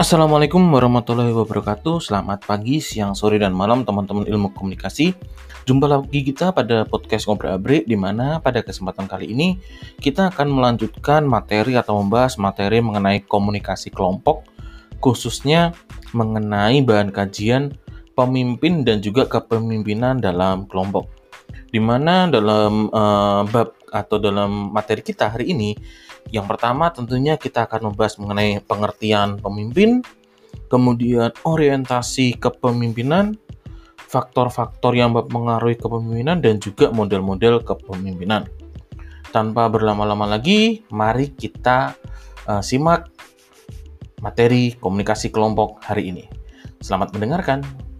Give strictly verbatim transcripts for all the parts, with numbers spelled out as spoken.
Assalamualaikum warahmatullahi wabarakatuh. Selamat pagi, siang, sore, dan malam teman-teman ilmu komunikasi. Jumpa lagi kita pada podcast Ngobrol Abrek, di mana pada kesempatan kali ini kita akan melanjutkan materi atau membahas materi mengenai komunikasi kelompok, khususnya mengenai bahan kajian pemimpin dan juga kepemimpinan dalam kelompok. Di mana dalam uh, bab atau dalam materi kita hari ini, yang pertama tentunya kita akan membahas mengenai pengertian pemimpin, kemudian orientasi kepemimpinan, faktor-faktor yang mempengaruhi kepemimpinan, dan juga model-model kepemimpinan. Tanpa berlama-lama lagi, mari kita uh, simak materi komunikasi kelompok hari ini. Selamat mendengarkan.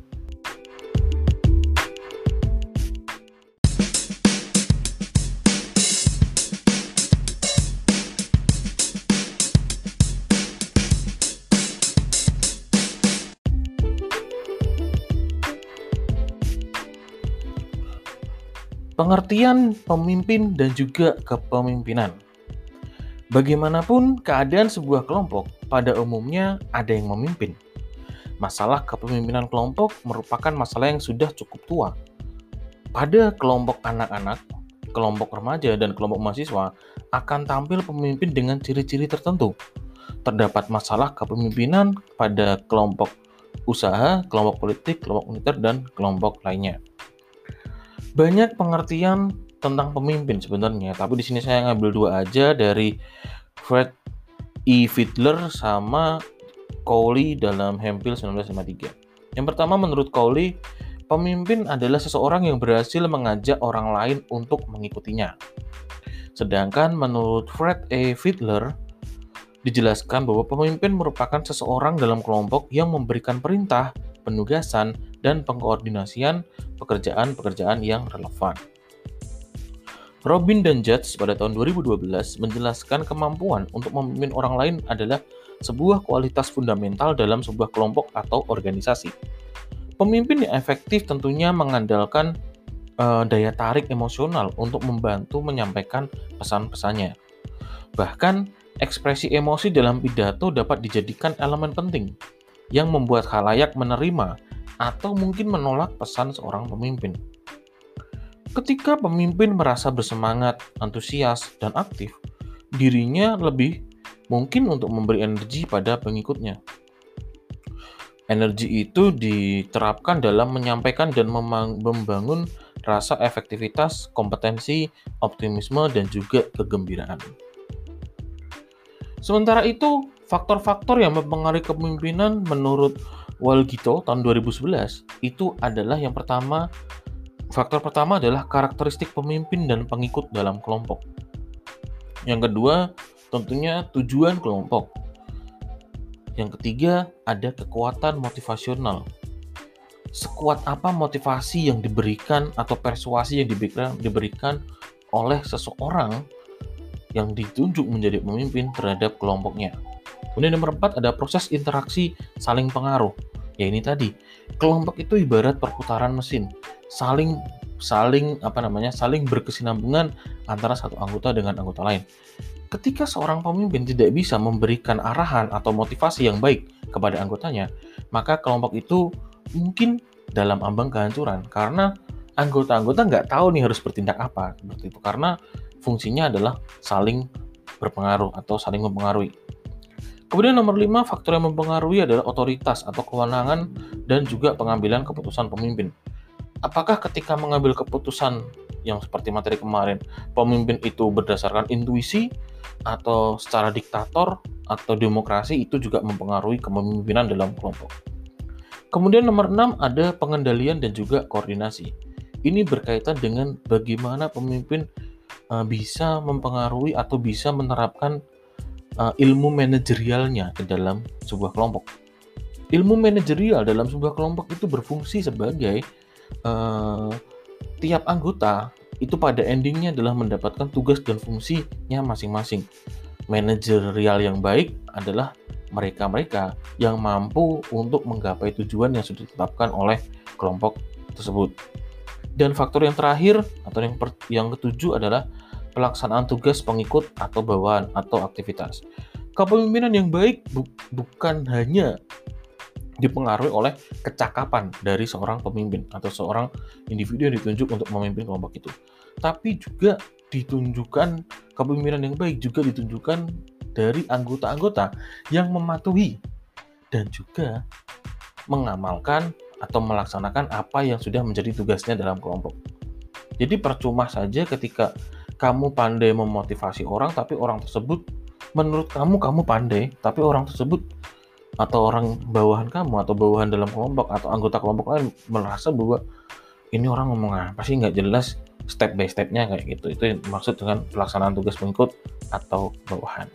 Pengertian pemimpin dan juga kepemimpinan. Bagaimanapun keadaan sebuah kelompok, pada umumnya ada yang memimpin. Masalah kepemimpinan kelompok merupakan masalah yang sudah cukup tua. Pada kelompok anak-anak, kelompok remaja, dan kelompok mahasiswa akan tampil pemimpin dengan ciri-ciri tertentu. Terdapat masalah kepemimpinan pada kelompok usaha, kelompok politik, kelompok militer, dan kelompok lainnya. Banyak pengertian tentang pemimpin sebenarnya, tapi di sini saya ngambil dua aja dari Fred E. Fiedler sama Cowley dalam Hemphill sembilan belas lima puluh tiga. Yang pertama, menurut Cowley, pemimpin adalah seseorang yang berhasil mengajak orang lain untuk mengikutinya. Sedangkan menurut Fred E. Fiedler, dijelaskan bahwa pemimpin merupakan seseorang dalam kelompok yang memberikan perintah, penugasan, dan pengkoordinasian pekerjaan-pekerjaan yang relevan. Robin dan Judge pada tahun dua ribu dua belas menjelaskan kemampuan untuk memimpin orang lain adalah sebuah kualitas fundamental dalam sebuah kelompok atau organisasi. Pemimpin yang efektif tentunya mengandalkan uh, daya tarik emosional untuk membantu menyampaikan pesan-pesannya. Bahkan, ekspresi emosi dalam pidato dapat dijadikan elemen penting yang membuat khalayak menerima atau mungkin menolak pesan seorang pemimpin. Ketika pemimpin merasa bersemangat, antusias, dan aktif, dirinya lebih mungkin untuk memberi energi pada pengikutnya. Energi itu diterapkan dalam menyampaikan dan membangun rasa efektivitas, kompetensi, optimisme, dan juga kegembiraan. Sementara itu, faktor-faktor yang mempengaruhi kepemimpinan menurut Walgito tahun dua ribu sebelas itu adalah yang pertama, faktor pertama adalah karakteristik pemimpin dan pengikut dalam kelompok. Yang kedua, tentunya tujuan kelompok. Yang ketiga, ada kekuatan motivasional. Sekuat apa motivasi yang diberikan atau persuasi yang diberikan, diberikan oleh seseorang yang ditunjuk menjadi pemimpin terhadap kelompoknya. Kemudian nomor empat, ada proses interaksi saling pengaruh. Ya ini tadi, kelompok itu ibarat perputaran mesin, saling saling apa namanya, saling berkesinambungan antara satu anggota dengan anggota lain. Ketika seorang pemimpin tidak bisa memberikan arahan atau motivasi yang baik kepada anggotanya, maka kelompok itu mungkin dalam ambang kehancuran karena anggota-anggota nggak tahu nih harus bertindak apa seperti itu, karena fungsinya adalah saling berpengaruh atau saling mempengaruhi. Kemudian nomor lima, faktor yang mempengaruhi adalah otoritas atau kewenangan dan juga pengambilan keputusan pemimpin. Apakah ketika mengambil keputusan yang seperti materi kemarin, pemimpin itu berdasarkan intuisi atau secara diktator atau demokrasi, itu juga mempengaruhi kepemimpinan dalam kelompok. Kemudian nomor enam, ada pengendalian dan juga koordinasi. Ini berkaitan dengan bagaimana pemimpin uh, bisa mempengaruhi atau bisa menerapkan Uh, ilmu manajerialnya ke dalam sebuah kelompok. Ilmu manajerial dalam sebuah kelompok itu berfungsi sebagai uh, tiap anggota itu pada endingnya adalah mendapatkan tugas dan fungsinya masing-masing. Manajerial yang baik adalah mereka-mereka yang mampu untuk menggapai tujuan yang sudah ditetapkan oleh kelompok tersebut. Dan faktor yang terakhir atau yang, per, yang ketujuh adalah pelaksanaan tugas pengikut atau bawaan atau aktivitas. Kepemimpinan yang baik bu- bukan hanya dipengaruhi oleh kecakapan dari seorang pemimpin atau seorang individu yang ditunjuk untuk memimpin kelompok itu, tapi juga ditunjukkan kepemimpinan yang baik juga ditunjukkan dari anggota-anggota yang mematuhi dan juga mengamalkan atau melaksanakan apa yang sudah menjadi tugasnya dalam kelompok. Jadi percuma saja ketika kamu pandai memotivasi orang, tapi orang tersebut menurut kamu kamu pandai, tapi orang tersebut atau orang bawahan kamu atau bawahan dalam kelompok atau anggota kelompok lain merasa bahwa ini orang ngomong apa sih, nggak jelas step by stepnya kayak gitu. Itu yang maksud dengan pelaksanaan tugas pengikut atau bawahan.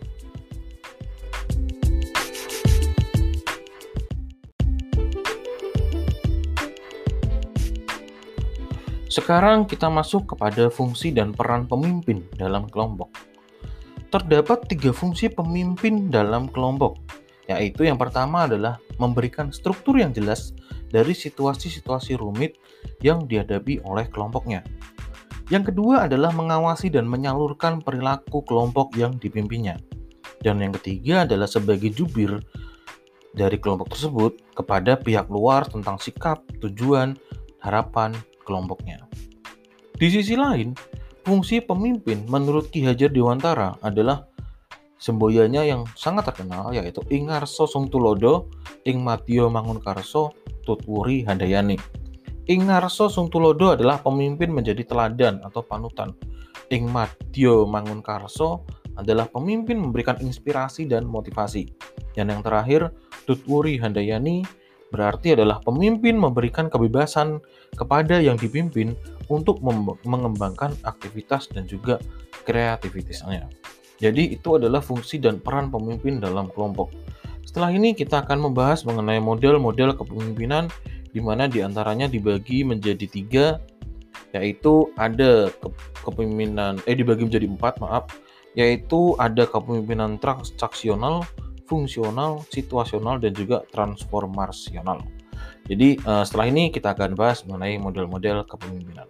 Sekarang kita masuk kepada fungsi dan peran pemimpin dalam kelompok. Terdapat tiga fungsi pemimpin dalam kelompok, yaitu yang pertama adalah memberikan struktur yang jelas dari situasi-situasi rumit yang dihadapi oleh kelompoknya. Yang kedua adalah mengawasi dan menyalurkan perilaku kelompok yang dipimpinnya. Dan yang ketiga adalah sebagai jubir dari kelompok tersebut kepada pihak luar tentang sikap, tujuan, harapan kelompoknya. Di sisi lain, fungsi pemimpin menurut Ki Hajar Dewantara adalah semboyannya yang sangat terkenal, yaitu ing ngarsa sung tulodo, ing madya mangunkarsa, tutwuri handayani. Ing ngarsa sung tulodo adalah pemimpin menjadi teladan atau panutan. Ing madya mangunkarsa adalah pemimpin memberikan inspirasi dan motivasi. Dan yang terakhir, tutwuri handayani berarti adalah pemimpin memberikan kebebasan kepada yang dipimpin untuk mem- mengembangkan aktivitas dan juga kreativitasnya. Jadi itu adalah fungsi dan peran pemimpin dalam kelompok. Setelah ini kita akan membahas mengenai model-model kepemimpinan, di mana diantaranya dibagi menjadi tiga, yaitu ada ke- kepemimpinan, eh dibagi menjadi empat, maaf, yaitu ada kepemimpinan transaksional, fungsional, situasional, dan juga transformasional. Jadi uh, setelah ini kita akan bahas mengenai model-model kepemimpinan.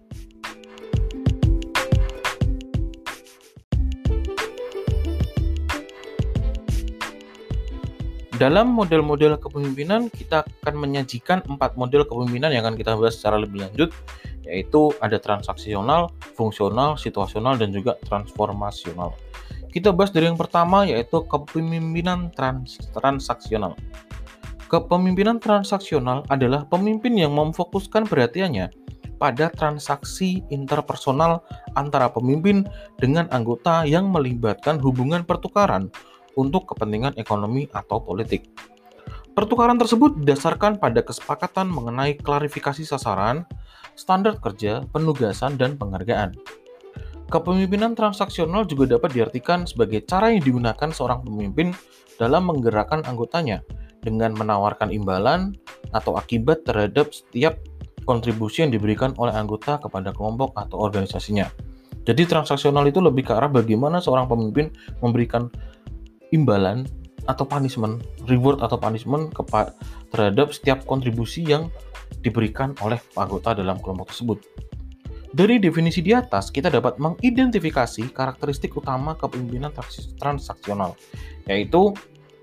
Dalam model-model kepemimpinan, kita akan menyajikan empat model kepemimpinan yang akan kita bahas secara lebih lanjut, yaitu ada transaksional, fungsional, situasional, dan juga transformasional. Kita bahas dari yang pertama, yaitu kepemimpinan trans- transaksional. Kepemimpinan transaksional adalah pemimpin yang memfokuskan perhatiannya pada transaksi interpersonal antara pemimpin dengan anggota yang melibatkan hubungan pertukaran untuk kepentingan ekonomi atau politik. Pertukaran tersebut didasarkan pada kesepakatan mengenai klarifikasi sasaran, standar kerja, penugasan, dan penghargaan. Kepemimpinan transaksional juga dapat diartikan sebagai cara yang digunakan seorang pemimpin dalam menggerakkan anggotanya dengan menawarkan imbalan atau akibat terhadap setiap kontribusi yang diberikan oleh anggota kepada kelompok atau organisasinya. Jadi transaksional itu lebih ke arah bagaimana seorang pemimpin memberikan imbalan atau punishment, reward atau punishment kepada terhadap setiap kontribusi yang diberikan oleh anggota dalam kelompok tersebut. Dari definisi di atas, kita dapat mengidentifikasi karakteristik utama kepemimpinan transaksional, yaitu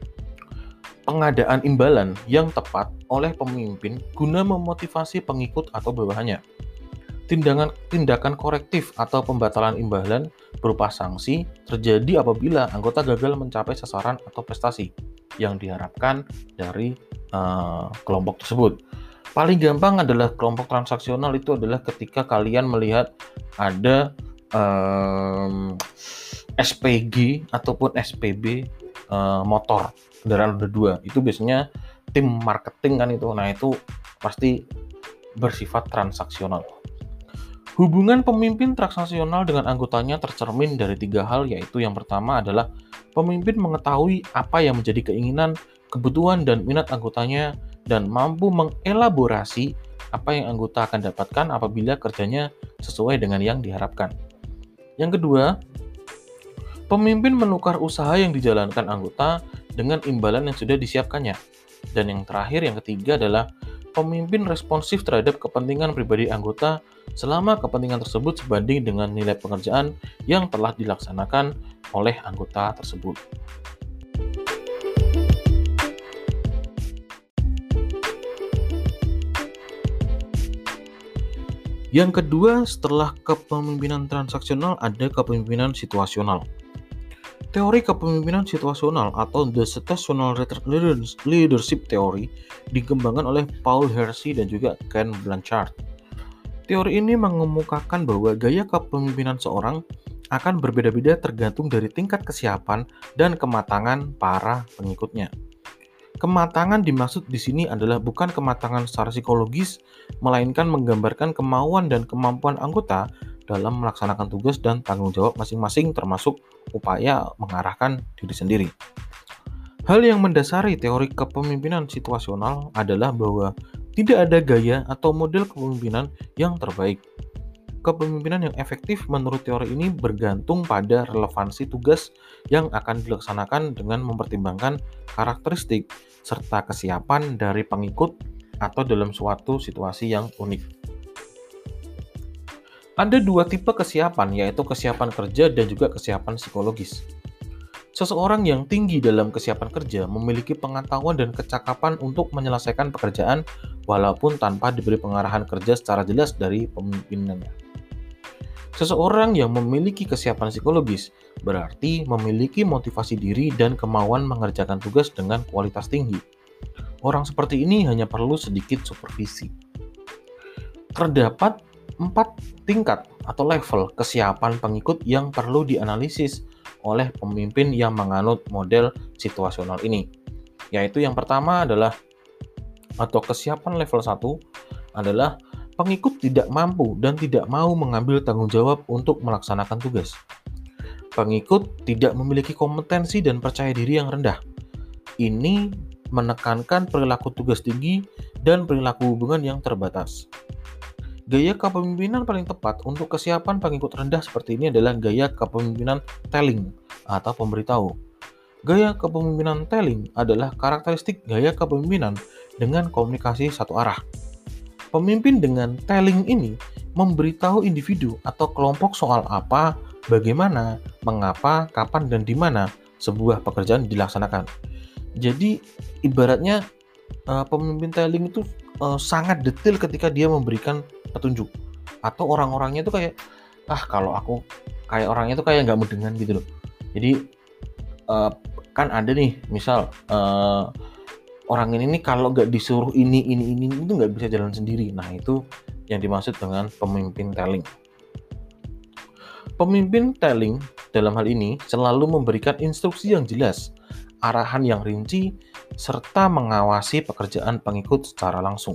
pengadaan imbalan yang tepat oleh pemimpin guna memotivasi pengikut atau bawahannya. Tindakan, tindakan korektif atau pembatalan imbalan berupa sanksi terjadi apabila anggota gagal mencapai sasaran atau prestasi yang diharapkan dari uh, kelompok tersebut. Paling gampang adalah kelompok transaksional itu adalah ketika kalian melihat ada um, S P G ataupun S P B uh, motor kendaraan roda dua, itu biasanya tim marketing kan itu. Nah itu pasti bersifat transaksional. Hubungan pemimpin transaksional dengan anggotanya tercermin dari tiga hal, yaitu yang pertama adalah pemimpin mengetahui apa yang menjadi keinginan, kebutuhan, dan minat anggotanya dan mampu mengelaborasi apa yang anggota akan dapatkan apabila kerjanya sesuai dengan yang diharapkan. Yang kedua, pemimpin menukar usaha yang dijalankan anggota dengan imbalan yang sudah disiapkannya. Dan yang terakhir, yang ketiga adalah pemimpin responsif terhadap kepentingan pribadi anggota selama kepentingan tersebut sebanding dengan nilai pekerjaan yang telah dilaksanakan oleh anggota tersebut. Yang kedua, setelah kepemimpinan transaksional ada kepemimpinan situasional. Teori kepemimpinan situasional atau The Situational Leadership Theory dikembangkan oleh Paul Hersey dan juga Ken Blanchard. Teori ini mengemukakan bahwa gaya kepemimpinan seorang akan berbeda-beda tergantung dari tingkat kesiapan dan kematangan para pengikutnya. Kematangan dimaksud di sini adalah bukan kematangan secara psikologis, melainkan menggambarkan kemauan dan kemampuan anggota dalam melaksanakan tugas dan tanggung jawab masing-masing, termasuk upaya mengarahkan diri sendiri. Hal yang mendasari teori kepemimpinan situasional adalah bahwa tidak ada gaya atau model kepemimpinan yang terbaik. Kepemimpinan yang efektif menurut teori ini bergantung pada relevansi tugas yang akan dilaksanakan dengan mempertimbangkan karakteristik serta kesiapan dari pengikut atau dalam suatu situasi yang unik. Ada dua tipe kesiapan, yaitu kesiapan kerja dan juga kesiapan psikologis. Seseorang yang tinggi dalam kesiapan kerja memiliki pengetahuan dan kecakapan untuk menyelesaikan pekerjaan walaupun tanpa diberi pengarahan kerja secara jelas dari pemimpinnya. Seseorang yang memiliki kesiapan psikologis berarti memiliki motivasi diri dan kemauan mengerjakan tugas dengan kualitas tinggi. Orang seperti ini hanya perlu sedikit supervisi. Terdapat empat tingkat atau level kesiapan pengikut yang perlu dianalisis oleh pemimpin yang menganut model situasional ini. Yaitu yang pertama adalah atau kesiapan level satu adalah pengikut tidak mampu dan tidak mau mengambil tanggung jawab untuk melaksanakan tugas. Pengikut tidak memiliki kompetensi dan percaya diri yang rendah. Ini menekankan perilaku tugas tinggi dan perilaku hubungan yang terbatas. Gaya kepemimpinan paling tepat untuk kesiapan pengikut rendah seperti ini adalah gaya kepemimpinan telling atau pemberitahu. Gaya kepemimpinan telling adalah karakteristik gaya kepemimpinan dengan komunikasi satu arah. Pemimpin dengan telling ini memberitahu individu atau kelompok soal apa, bagaimana, mengapa, kapan, dan di mana sebuah pekerjaan dilaksanakan. Jadi ibaratnya pemimpin telling itu sangat detail ketika dia memberikan petunjuk, atau orang-orangnya itu kayak ah kalau aku kayak orangnya itu kayak nggak mudengan gitu loh. Jadi uh, kan ada nih misal uh, orang ini nih kalau nggak disuruh ini ini ini itu nggak bisa jalan sendiri. Nah itu yang dimaksud dengan pemimpin telling. Pemimpin telling dalam hal ini selalu memberikan instruksi yang jelas, arahan yang rinci, serta mengawasi pekerjaan pengikut secara langsung.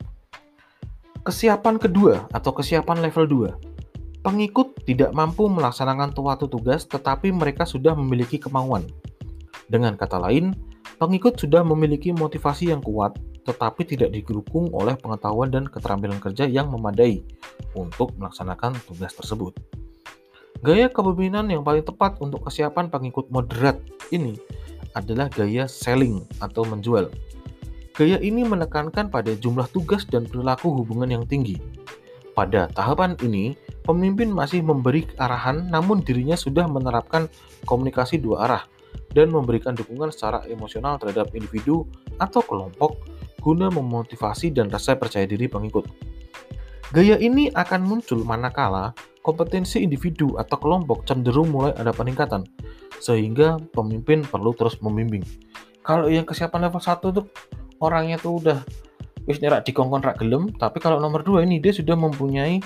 Kesiapan kedua atau kesiapan level dua. Pengikut tidak mampu melaksanakan suatu tugas tetapi mereka sudah memiliki kemauan. Dengan kata lain, pengikut sudah memiliki motivasi yang kuat tetapi tidak didukung oleh pengetahuan dan keterampilan kerja yang memadai untuk melaksanakan tugas tersebut. Gaya kepemimpinan yang paling tepat untuk kesiapan pengikut moderat ini adalah gaya selling atau menjual. Gaya ini menekankan pada jumlah tugas dan perilaku hubungan yang tinggi. Pada tahapan ini, pemimpin masih memberi arahan namun dirinya sudah menerapkan komunikasi dua arah dan memberikan dukungan secara emosional terhadap individu atau kelompok guna memotivasi dan rasa percaya diri pengikut. Gaya ini akan muncul manakala kompetensi individu atau kelompok cenderung mulai ada peningkatan, sehingga pemimpin perlu terus membimbing. Kalau yang kesiapan level satu itu orangnya tuh udah wis nerak dikongkon rak gelem, tapi kalau nomor dua ini dia sudah mempunyai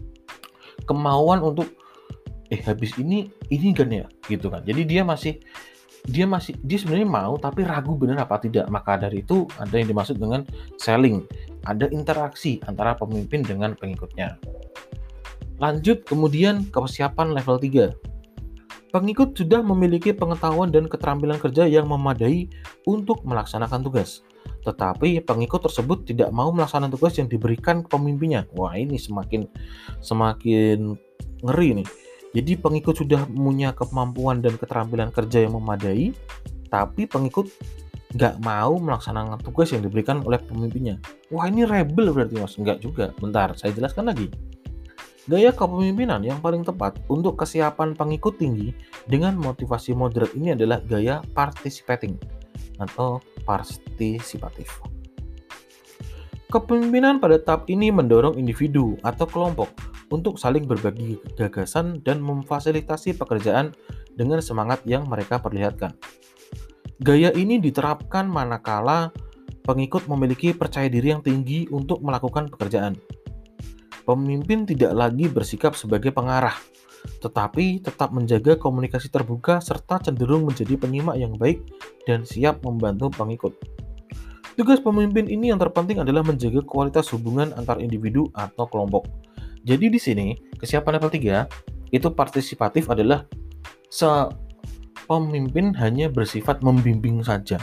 kemauan untuk eh habis ini ini kan ya gitu kan. Jadi dia masih dia masih dia sebenarnya mau tapi ragu benar apa tidak. Maka dari itu ada yang dimaksud dengan selling, ada interaksi antara pemimpin dengan pengikutnya. Lanjut kemudian kesiapan level tiga. Pengikut sudah memiliki pengetahuan dan keterampilan kerja yang memadai untuk melaksanakan tugas. Tetapi pengikut tersebut tidak mau melaksanakan tugas yang diberikan pemimpinnya. Wah, ini semakin semakin ngeri nih. Jadi pengikut sudah punya kemampuan dan keterampilan kerja yang memadai, tapi pengikut nggak mau melaksanakan tugas yang diberikan oleh pemimpinnya. Wah, ini rebel berarti mas? Nggak juga. Bentar, saya jelaskan lagi. Gaya kepemimpinan yang paling tepat untuk kesiapan pengikut tinggi dengan motivasi moderat ini adalah gaya participating atau partisipatif. Kepemimpinan pada tahap ini mendorong individu atau kelompok untuk saling berbagi gagasan dan memfasilitasi pekerjaan dengan semangat yang mereka perlihatkan. Gaya ini diterapkan manakala pengikut memiliki percaya diri yang tinggi untuk melakukan pekerjaan. Pemimpin tidak lagi bersikap sebagai pengarah, tetapi tetap menjaga komunikasi terbuka serta cenderung menjadi penyimak yang baik dan siap membantu pengikut. Tugas pemimpin ini yang terpenting adalah menjaga kualitas hubungan antar individu atau kelompok. Jadi di sini, kesiapan level tiga itu partisipatif adalah se pemimpin hanya bersifat membimbing saja.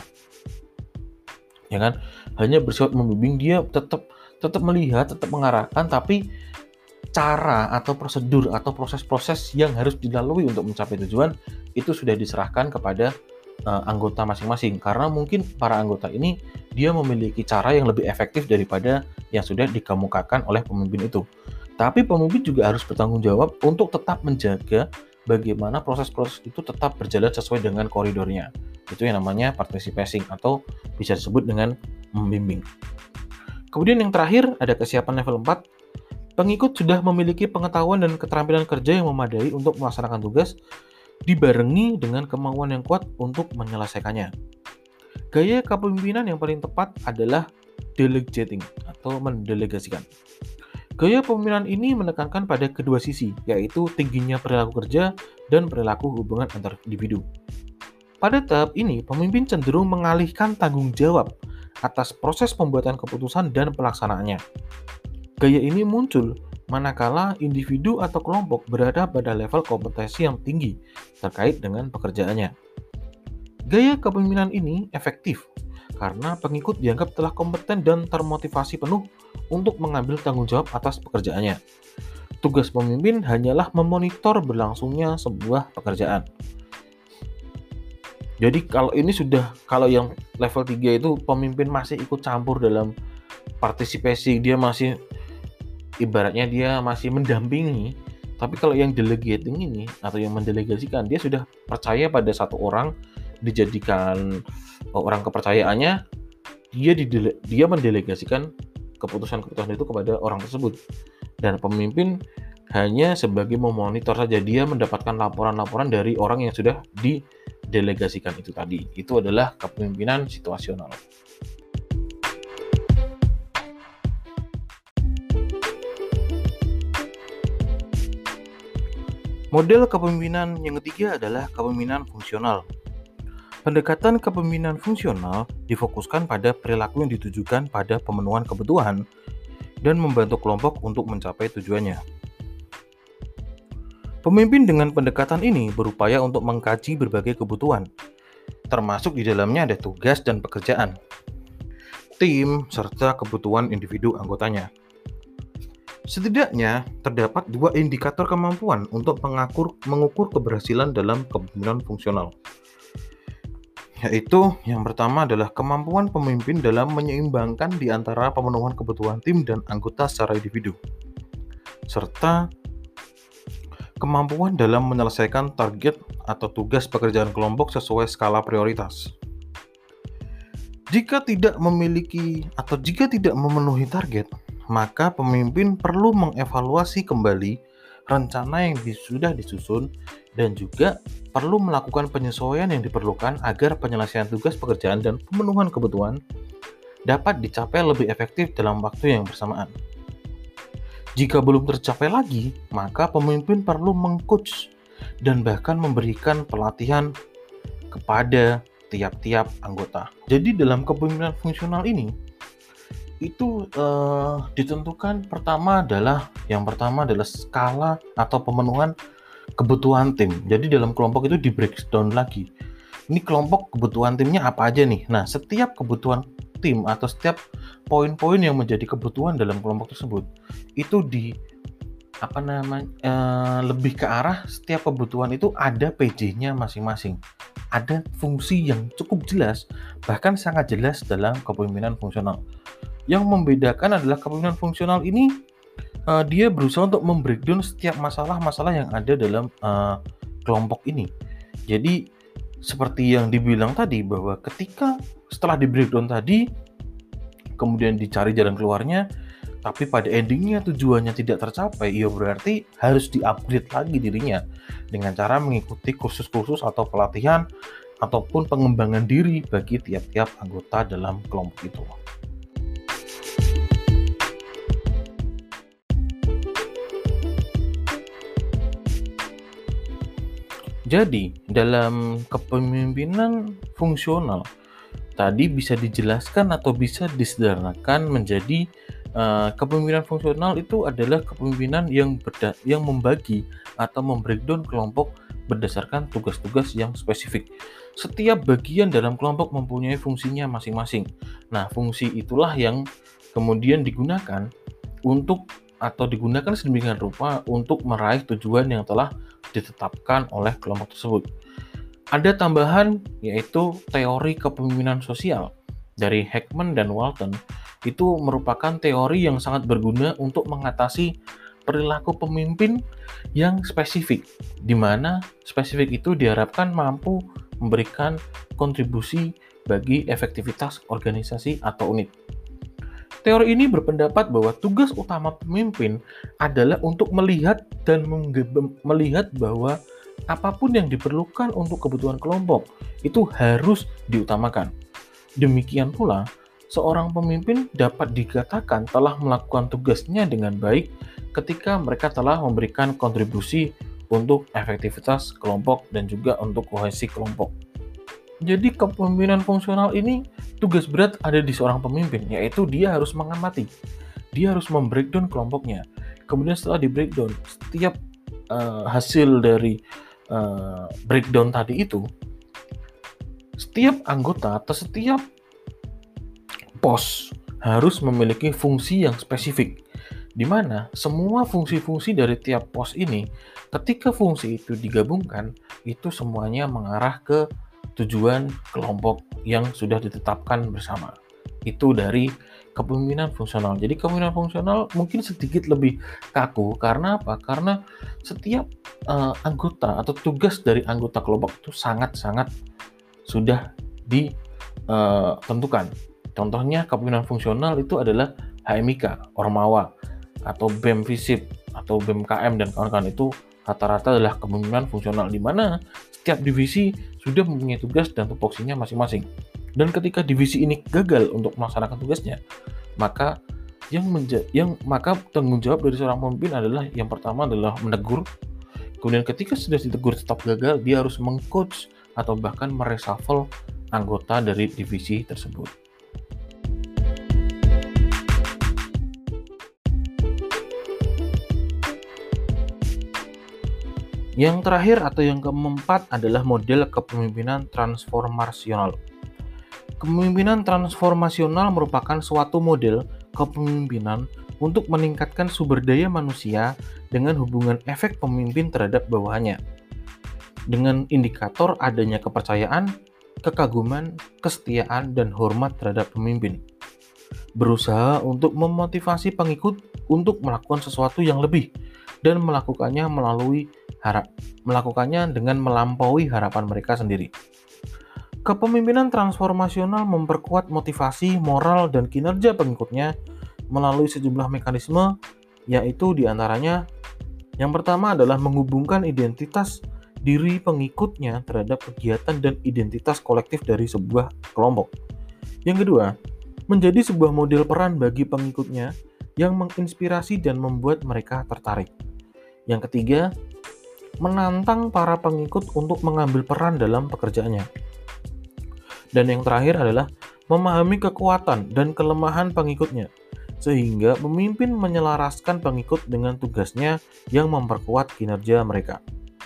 Ya kan? Hanya bersifat membimbing, dia tetap tetap melihat, tetap mengarahkan, tapi cara atau prosedur atau proses-proses yang harus dilalui untuk mencapai tujuan itu sudah diserahkan kepada uh, anggota masing-masing, karena mungkin para anggota ini dia memiliki cara yang lebih efektif daripada yang sudah dikemukakan oleh pemimpin itu. Tapi pemimpin juga harus bertanggung jawab untuk tetap menjaga bagaimana proses-proses itu tetap berjalan sesuai dengan koridornya. Itu yang namanya participating atau bisa disebut dengan membimbing. Kemudian yang terakhir ada kesiapan level empat. Pengikut sudah memiliki pengetahuan dan keterampilan kerja yang memadai untuk melaksanakan tugas, dibarengi dengan kemauan yang kuat untuk menyelesaikannya. Gaya kepemimpinan yang paling tepat adalah delegating atau mendelegasikan. Gaya kepemimpinan ini menekankan pada kedua sisi, yaitu tingginya perilaku kerja dan perilaku hubungan antar individu. Pada tahap ini, pemimpin cenderung mengalihkan tanggung jawab atas proses pembuatan keputusan dan pelaksanaannya. Gaya ini muncul manakala individu atau kelompok berada pada level kompetensi yang tinggi terkait dengan pekerjaannya. Gaya kepemimpinan ini efektif karena pengikut dianggap telah kompeten dan termotivasi penuh untuk mengambil tanggung jawab atas pekerjaannya. Tugas pemimpin hanyalah memonitor berlangsungnya sebuah pekerjaan. Jadi kalau ini sudah, kalau yang level tiga itu pemimpin masih ikut campur dalam partisipasi, dia masih ibaratnya dia masih mendampingi. Tapi kalau yang delegating ini atau yang mendelegasikan, dia sudah percaya pada satu orang, dijadikan orang kepercayaannya, dia didele, dia mendelegasikan keputusan-keputusan itu kepada orang tersebut. Dan pemimpin hanya sebagai memonitor saja, dia mendapatkan laporan-laporan dari orang yang sudah didelegasikan itu tadi. Itu adalah kepemimpinan situasional. Model kepemimpinan yang ketiga adalah kepemimpinan fungsional. Pendekatan kepemimpinan fungsional difokuskan pada perilaku yang ditujukan pada pemenuhan kebutuhan dan membantu kelompok untuk mencapai tujuannya. Pemimpin dengan pendekatan ini berupaya untuk mengkaji berbagai kebutuhan, termasuk di dalamnya ada tugas dan pekerjaan, tim, serta kebutuhan individu anggotanya. Setidaknya terdapat dua indikator kemampuan untuk mengakur, mengukur keberhasilan dalam kepemimpinan fungsional. Yaitu yang pertama adalah kemampuan pemimpin dalam menyeimbangkan di antara pemenuhan kebutuhan tim dan anggota secara individu, serta kemampuan dalam menyelesaikan target atau tugas pekerjaan kelompok sesuai skala prioritas. Jika tidak memiliki atau jika tidak memenuhi target, maka pemimpin perlu mengevaluasi kembali rencana yang sudah disusun dan juga perlu melakukan penyesuaian yang diperlukan agar penyelesaian tugas pekerjaan dan pemenuhan kebutuhan dapat dicapai lebih efektif dalam waktu yang bersamaan. Jika belum tercapai lagi, maka pemimpin perlu meng-coach dan bahkan memberikan pelatihan kepada tiap-tiap anggota. Jadi dalam kepemimpinan fungsional ini itu eh, ditentukan pertama adalah yang pertama adalah skala atau pemenuhan kebutuhan tim. Jadi dalam kelompok itu di breakdown lagi. Ini kelompok kebutuhan timnya apa aja nih? Nah, setiap kebutuhan tim atau setiap poin-poin yang menjadi kebutuhan dalam kelompok tersebut itu di apa namanya eh, lebih ke arah setiap kebutuhan itu ada P J-nya masing-masing. Ada fungsi yang cukup jelas, bahkan sangat jelas dalam kepemimpinan fungsional. Yang membedakan adalah kepemimpinan fungsional ini uh, dia berusaha untuk membreakdown setiap masalah-masalah yang ada dalam uh, kelompok ini. Jadi seperti yang dibilang tadi bahwa ketika setelah di breakdown tadi kemudian dicari jalan keluarnya, tapi pada endingnya tujuannya tidak tercapai, ya berarti harus di-upgrade lagi dirinya dengan cara mengikuti kursus-kursus atau pelatihan ataupun pengembangan diri bagi tiap-tiap anggota dalam kelompok itu. Jadi, dalam kepemimpinan fungsional tadi bisa dijelaskan atau bisa disederhanakan menjadi uh, kepemimpinan fungsional itu adalah kepemimpinan yang berda- yang membagi atau membreakdown kelompok berdasarkan tugas-tugas yang spesifik. Setiap bagian dalam kelompok mempunyai fungsinya masing-masing. Nah, fungsi itulah yang kemudian digunakan untuk atau digunakan sedemikian rupa untuk meraih tujuan yang telah ditetapkan oleh kelompok tersebut. Ada tambahan yaitu teori kepemimpinan sosial dari Heckman dan Walton. Itu merupakan teori yang sangat berguna untuk mengatasi perilaku pemimpin yang spesifik, di mana spesifik itu diharapkan mampu memberikan kontribusi bagi efektivitas organisasi atau unit. Teori ini berpendapat bahwa tugas utama pemimpin adalah untuk melihat dan melihat bahwa apapun yang diperlukan untuk kebutuhan kelompok itu harus diutamakan. Demikian pula, seorang pemimpin dapat dikatakan telah melakukan tugasnya dengan baik ketika mereka telah memberikan kontribusi untuk efektivitas kelompok dan juga untuk kohesi kelompok. Jadi kepemimpinan fungsional ini tugas berat ada di seorang pemimpin, yaitu dia harus mengamati, dia harus membreakdown kelompoknya. Kemudian setelah di breakdown, setiap uh, hasil dari uh, breakdown tadi itu, setiap anggota atau setiap pos harus memiliki fungsi yang spesifik, di mana semua fungsi-fungsi dari tiap pos ini, ketika fungsi itu digabungkan, itu semuanya mengarah ke tujuan kelompok yang sudah ditetapkan bersama. Itu dari kepemimpinan fungsional. Jadi kepemimpinan fungsional mungkin sedikit lebih kaku. Karena apa? Karena setiap uh, anggota atau tugas dari anggota kelompok itu sangat-sangat sudah ditentukan. Contohnya kepemimpinan fungsional itu adalah H M I K, Ormawa, atau B E M Visip, atau B E M K M dan kawan-kawan. Itu rata-rata adalah kepemimpinan fungsional, di mana setiap divisi sudah mempunyai tugas dan tupoksinya masing-masing. Dan ketika divisi ini gagal untuk melaksanakan tugasnya, maka yang menja- yang maka tanggung jawab dari seorang pemimpin adalah yang pertama adalah menegur. Kemudian ketika sudah ditegur tetap gagal, dia harus mengcoach atau bahkan mereshuffle anggota dari divisi tersebut. Yang terakhir atau yang keempat adalah model kepemimpinan transformasional. Kepemimpinan transformasional merupakan suatu model kepemimpinan untuk meningkatkan sumber daya manusia dengan hubungan efek pemimpin terhadap bawahannya, dengan indikator adanya kepercayaan, kekaguman, kesetiaan, dan hormat terhadap pemimpin. Berusaha untuk memotivasi pengikut untuk melakukan sesuatu yang lebih dan melakukannya melalui harap melakukannya dengan melampaui harapan mereka sendiri. Kepemimpinan transformasional memperkuat motivasi, moral, dan kinerja pengikutnya melalui sejumlah mekanisme, yaitu diantaranya yang pertama adalah menghubungkan identitas diri pengikutnya terhadap kegiatan dan identitas kolektif dari sebuah kelompok. Yang kedua, menjadi sebuah model peran bagi pengikutnya yang menginspirasi dan membuat mereka tertarik. Yang ketiga, menantang para pengikut untuk mengambil peran dalam pekerjaannya. Dan yang terakhir adalah memahami kekuatan dan kelemahan pengikutnya, sehingga pemimpin menyelaraskan pengikut dengan tugasnya yang memperkuat kinerja mereka.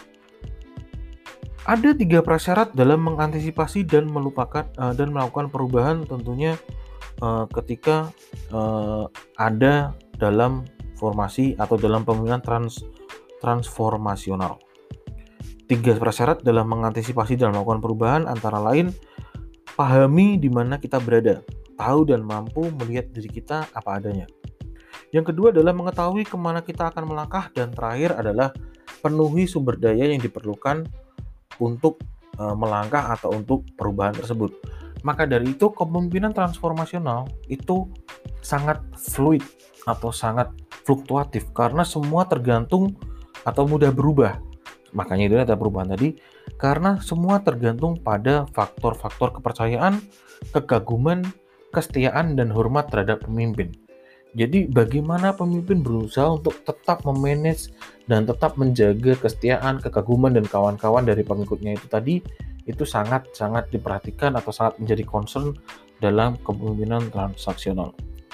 Ada tiga prasyarat dalam mengantisipasi dan melupakan uh, dan melakukan perubahan tentunya uh, ketika uh, ada dalam formasi atau dalam pemimpinan trans transformasional. Tiga prasyarat dalam mengantisipasi dan melakukan perubahan antara lain pahami di mana kita berada, tahu dan mampu melihat diri kita apa adanya. Yang kedua adalah mengetahui kemana kita akan melangkah, dan terakhir adalah penuhi sumber daya yang diperlukan untuk e, melangkah atau untuk perubahan tersebut. Maka dari itu kepemimpinan transformasional itu sangat fluid atau sangat fluktuatif karena semua tergantung atau mudah berubah. Makanya itu ada perubahan tadi, karena semua tergantung pada faktor-faktor kepercayaan, kekaguman, kesetiaan, dan hormat terhadap pemimpin. Jadi bagaimana pemimpin berusaha untuk tetap memanage dan tetap menjaga kesetiaan, kekaguman, dan kawan-kawan dari pengikutnya itu tadi, itu sangat-sangat diperhatikan atau sangat menjadi concern dalam kepemimpinan transaksional.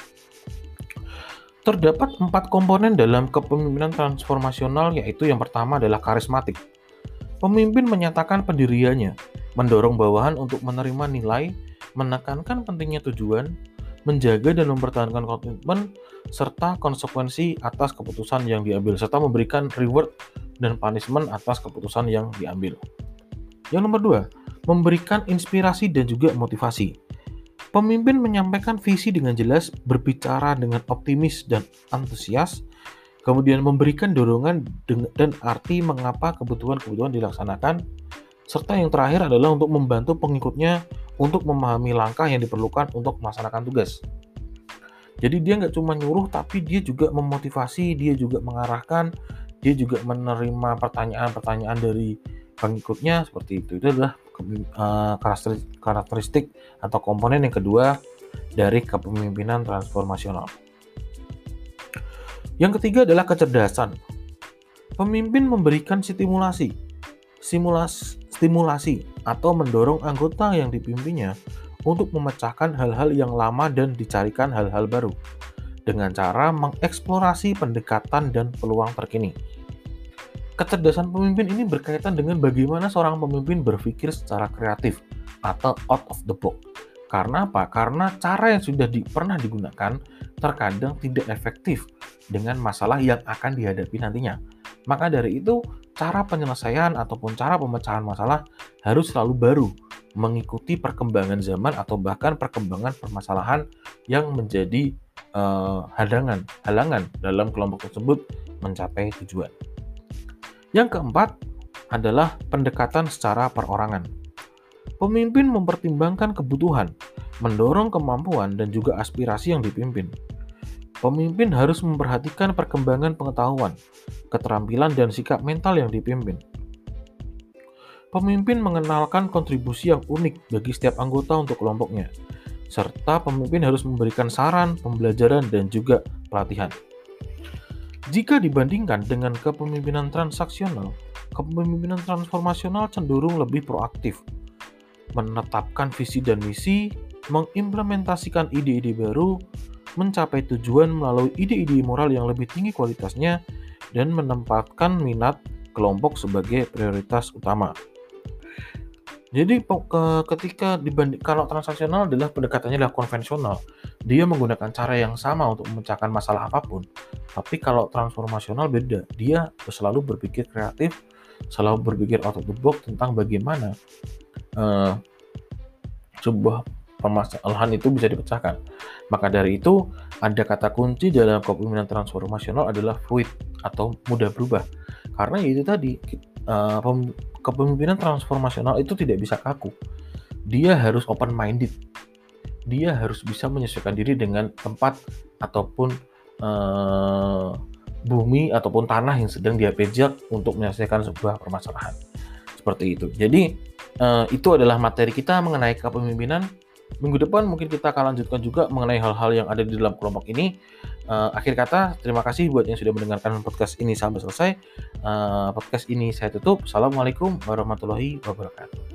Terdapat empat komponen dalam kepemimpinan transformasional, yaitu yang pertama adalah karismatik. Pemimpin menyatakan pendiriannya, mendorong bawahan untuk menerima nilai, menekankan pentingnya tujuan, menjaga dan mempertahankan komitmen, serta konsekuensi atas keputusan yang diambil, serta memberikan reward dan punishment atas keputusan yang diambil. Yang nomor dua, memberikan inspirasi dan juga motivasi. Pemimpin menyampaikan visi dengan jelas, berbicara dengan optimis dan antusias, kemudian memberikan dorongan dan arti mengapa kebutuhan-kebutuhan dilaksanakan, serta yang terakhir adalah untuk membantu pengikutnya untuk memahami langkah yang diperlukan untuk melaksanakan tugas. Jadi dia nggak cuma nyuruh, tapi dia juga memotivasi, dia juga mengarahkan, dia juga menerima pertanyaan-pertanyaan dari pengikutnya, seperti itu. Itu adalah uh, karakteristik, karakteristik atau komponen yang kedua dari kepemimpinan transformasional. Yang ketiga adalah kecerdasan. Pemimpin memberikan stimulasi, simulasi, stimulasi atau mendorong anggota yang dipimpinnya untuk memecahkan hal-hal yang lama dan dicarikan hal-hal baru dengan cara mengeksplorasi pendekatan dan peluang terkini. Kecerdasan pemimpin ini berkaitan dengan bagaimana seorang pemimpin berpikir secara kreatif atau out of the box. Karena apa? Karena cara yang sudah di, pernah digunakan terkadang tidak efektif dengan masalah yang akan dihadapi nantinya. Maka dari itu, cara penyelesaian ataupun cara pemecahan masalah harus selalu baru, mengikuti perkembangan zaman atau bahkan perkembangan permasalahan yang menjadi uh, halangan, halangan dalam kelompok tersebut mencapai tujuan. Yang keempat adalah pendekatan secara perorangan. Pemimpin mempertimbangkan kebutuhan, mendorong kemampuan dan juga aspirasi yang dipimpin. Pemimpin harus memperhatikan perkembangan pengetahuan, keterampilan dan sikap mental yang dipimpin. Pemimpin mengenalkan kontribusi yang unik bagi setiap anggota untuk kelompoknya, serta pemimpin harus memberikan saran, pembelajaran dan juga pelatihan. Jika dibandingkan dengan kepemimpinan transaksional, kepemimpinan transformasional cenderung lebih proaktif, menetapkan visi dan misi, mengimplementasikan ide-ide baru, mencapai tujuan melalui ide-ide moral yang lebih tinggi kualitasnya, dan menempatkan minat kelompok sebagai prioritas utama. Jadi ketika dibanding kalau transaksional adalah pendekatannya adalah konvensional, dia menggunakan cara yang sama untuk memecahkan masalah apapun. Tapi kalau transformasional beda, dia selalu berpikir kreatif, selalu berpikir out of the box tentang bagaimana uh, sebuah permasalahan itu bisa dipecahkan. Maka dari itu ada kata kunci dalam kepemimpinan transformasional adalah fluid atau mudah berubah. Karena itu tadi uh, kepemimpinan transformasional itu tidak bisa kaku. Dia harus open minded. Dia harus bisa menyesuaikan diri dengan tempat ataupun uh, bumi ataupun tanah yang sedang dia pijak untuk menyelesaikan sebuah permasalahan. Seperti itu. Jadi uh, itu adalah materi kita mengenai kepemimpinan. Minggu depan mungkin kita akan lanjutkan juga mengenai hal-hal yang ada di dalam kelompok ini. Uh, akhir kata, terima kasih buat yang sudah mendengarkan podcast ini sampai selesai. Uh, podcast ini saya tutup. Assalamualaikum warahmatullahi wabarakatuh.